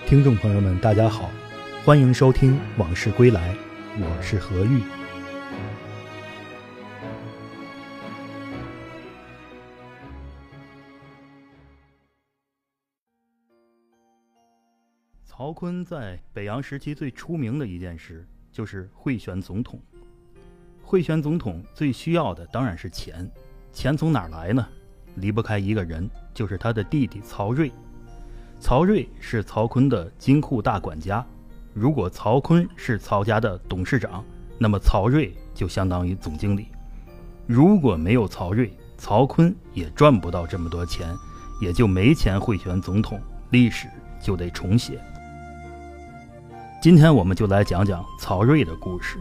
听众朋友们大家好，欢迎收听《往事归来》，我是何玉。曹锟在北洋时期最出名的一件事就是贿选总统。贿选总统最需要的当然是钱，钱从哪儿来呢？离不开一个人，就是他的弟弟曹睿。曹睿是曹锟的金库大管家，如果曹锟是曹家的董事长，那么曹睿就相当于总经理。如果没有曹睿，曹锟也赚不到这么多钱，也就没钱贿选总统，历史就得重写。今天我们就来讲讲曹睿的故事。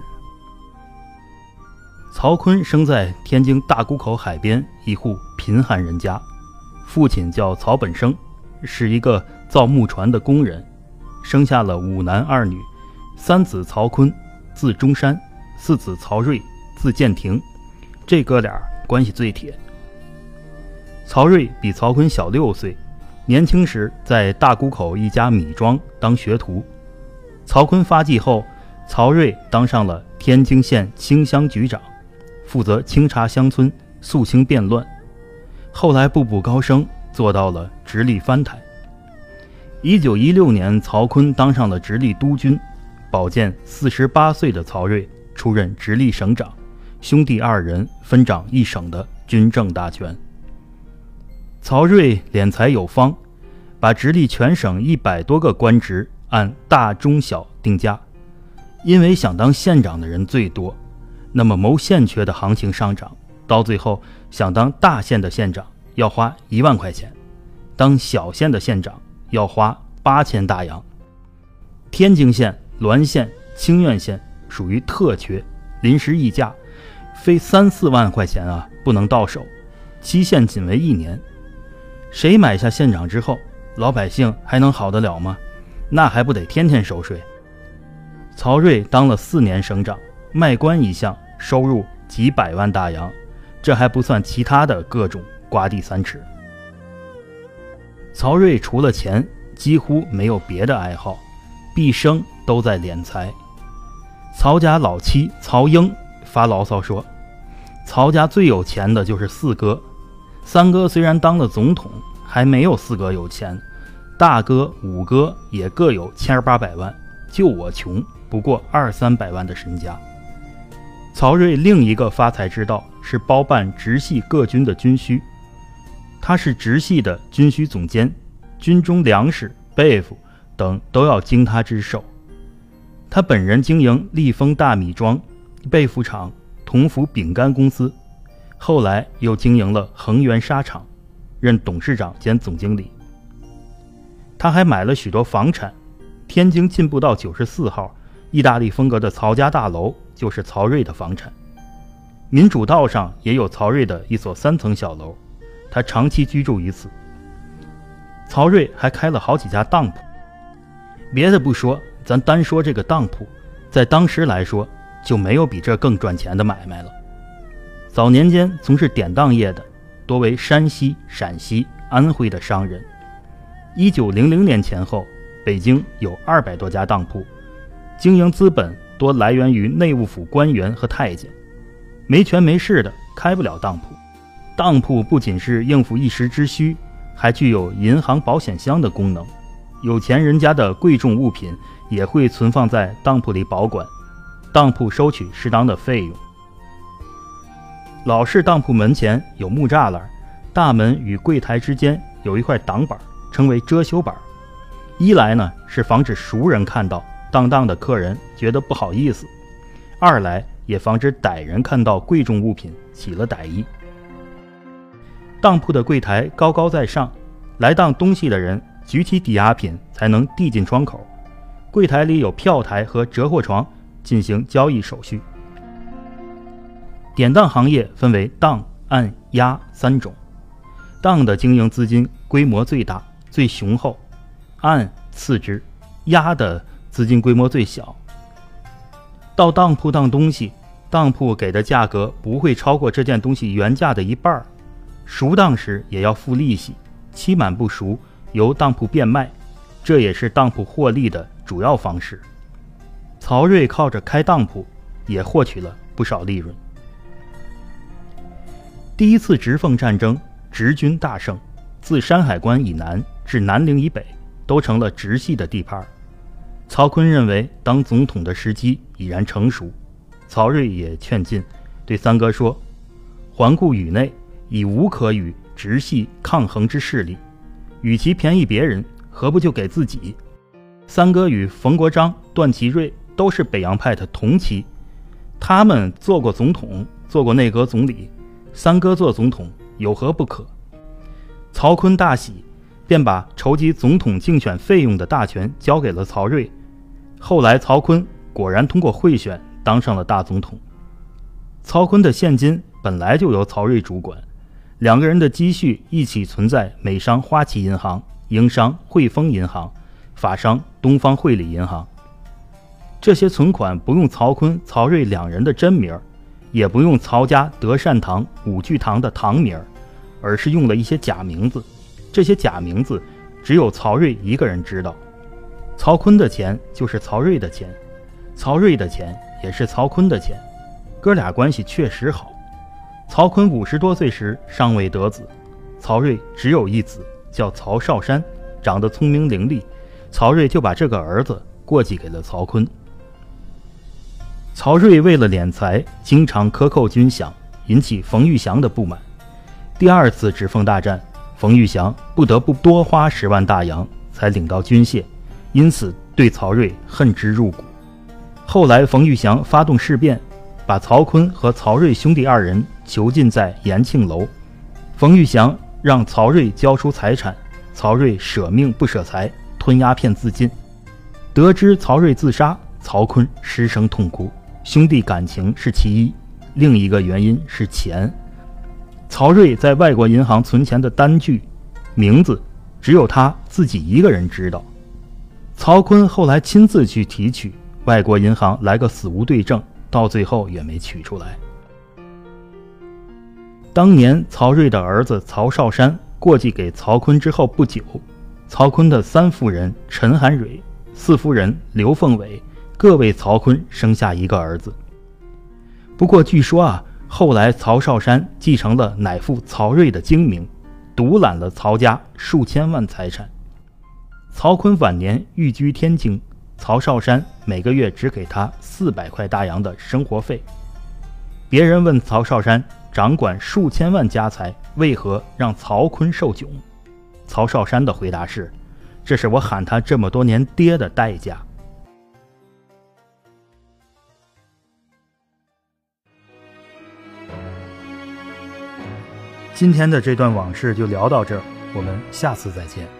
曹锟生在天津大沽口海边一户贫寒人家，父亲叫曹本生，是一个造木船的工人，生下了5男2女，三子曹锟字中山，4子曹睿字建庭，这哥俩关系最铁。曹睿比曹锟小6岁，年轻时在大沽口一家米庄当学徒。曹锟发迹后，曹睿当上了天津县清乡局长，负责清查乡村，肃清变乱。后来步步高升，做到了直隶藩台。1916年，曹锟当上了直隶督军，保荐48岁的曹睿出任直隶省长，兄弟2人分掌一省的军政大权。曹睿敛财有方，把直隶全省100多个官职按大中小定价，因为想当县长的人最多，那么谋县缺的行情上涨，到最后想当大县的县长要花1万块钱，当小县的县长要花8000大洋。天津县、滦县、清苑县属于特缺，临时议价，非3-4万块钱不能到手，期限仅为1年。谁买下县长之后，老百姓还能好得了吗？那还不得天天收税。曹睿当了4年省长，卖官一项收入几百万大洋，这还不算其他的各种刮地三尺。曹睿除了钱几乎没有别的爱好，毕生都在敛财。曹家老七曹英发牢骚说，曹家最有钱的就是4哥，3哥虽然当了总统，还没有4哥有钱，大哥5哥也各有1800万，就我穷，不过200-300万的身家。曹睿另一个发财之道是包办直系各军的军需，他是直系的军需总监，军中粮食、被服等都要经他之手。他本人经营利丰大米庄、被服厂、同福饼干公司，后来又经营了恒源纱厂，任董事长兼总经理。他还买了许多房产，天津进步道94号意大利风格的曹家大楼就是曹睿的房产。民主道上也有曹睿的一所3层小楼，他长期居住于此。曹睿还开了好几家当铺，别的不说，咱单说这个当铺，在当时来说就没有比这更赚钱的买卖了。早年间从事典当业的多为山西、陕西、安徽的商人。1900年前后，北京有200多家当铺，经营资本多来源于内务府官员和太监，没权没势的开不了当铺。当铺不仅是应付一时之需，还具有银行保险箱的功能，有钱人家的贵重物品也会存放在当铺里保管，当铺收取适当的费用。老式当铺门前有木栅栏，大门与柜台之间有一块挡板，称为遮羞板。一来呢是防止熟人看到当的客人觉得不好意思，二来也防止歹人看到贵重物品起了歹意。当铺的柜台高高在上，来当东西的人举起抵押品才能递进窗口，柜台里有票台和折货床进行交易手续。典当行业分为当、按、押3种，当的经营资金规模最大最雄厚，按次之，押的资金规模最小。到当铺当东西，当铺给的价格不会超过这件东西原价的1半，熟当时也要付利息，期满不熟由当铺变卖， 这也是当铺获利的主要方式。曹睿靠着开当铺也获取了不少利润。第一次直奉战争，直军大胜，自山海关以南至南陵以北都成了直系的地盘。曹锟认为当总统的时机已然成熟，曹睿也劝进，对三哥说：环顾宇内，已无可与直系抗衡之势力，与其便宜别人，何不就给自己？三哥与冯国璋、段祺瑞都是北洋派的同期，他们做过总统，做过内阁总理，三哥做总统有何不可？曹锟大喜，便把筹集总统竞选费用的大权交给了曹睿。后来曹锟果然通过贿选当上了大总统。曹锟的现金本来就由曹睿主管，两个人的积蓄一起存在美商花旗银行、英商汇丰银行、法商东方汇理银行。这些存款不用曹锟、曹睿两人的真名，也不用曹家德善堂、五聚堂的堂名，而是用了一些假名字。这些假名字只有曹睿一个人知道。曹锟的钱就是曹睿的钱，曹睿的钱也是曹锟的钱，哥俩关系确实好。曹锟50多岁时尚未得子，曹睿只有一子，叫曹少山，长得聪明伶俐，曹睿就把这个儿子过继给了曹锟。曹睿为了敛财，经常克扣军饷，引起冯玉祥的不满。第二次直奉大战，冯玉祥不得不多花10万大洋才领到军械，因此对曹睿恨之入骨。后来冯玉祥发动事变，把曹锟和曹睿兄弟二人囚禁在延庆楼。冯玉祥让曹睿交出财产，曹睿舍命不舍财，吞鸦片自尽。得知曹睿自杀，曹锟失声痛哭。兄弟感情是其一，另一个原因是钱。曹睿在外国银行存钱的单据名字只有他自己一个人知道。曹锟后来亲自去提取，外国银行来个死无对证，到最后也没取出来。当年曹睿的儿子曹少山过继给曹锟之后不久，曹锟的3夫人陈涵蕊、4夫人刘凤伟各为曹锟生下一个儿子。不过据说后来曹少山继承了乃父曹睿的精明，独揽了曹家数千万财产。曹锟晚年寓居天津，曹少山每个月只给他400块大洋的生活费。别人问曹少山，掌管数千万家财，为何让曹锟受窘？曹少山的回答是：这是我喊他这么多年爹的代价。今天的这段往事就聊到这儿，我们下次再见。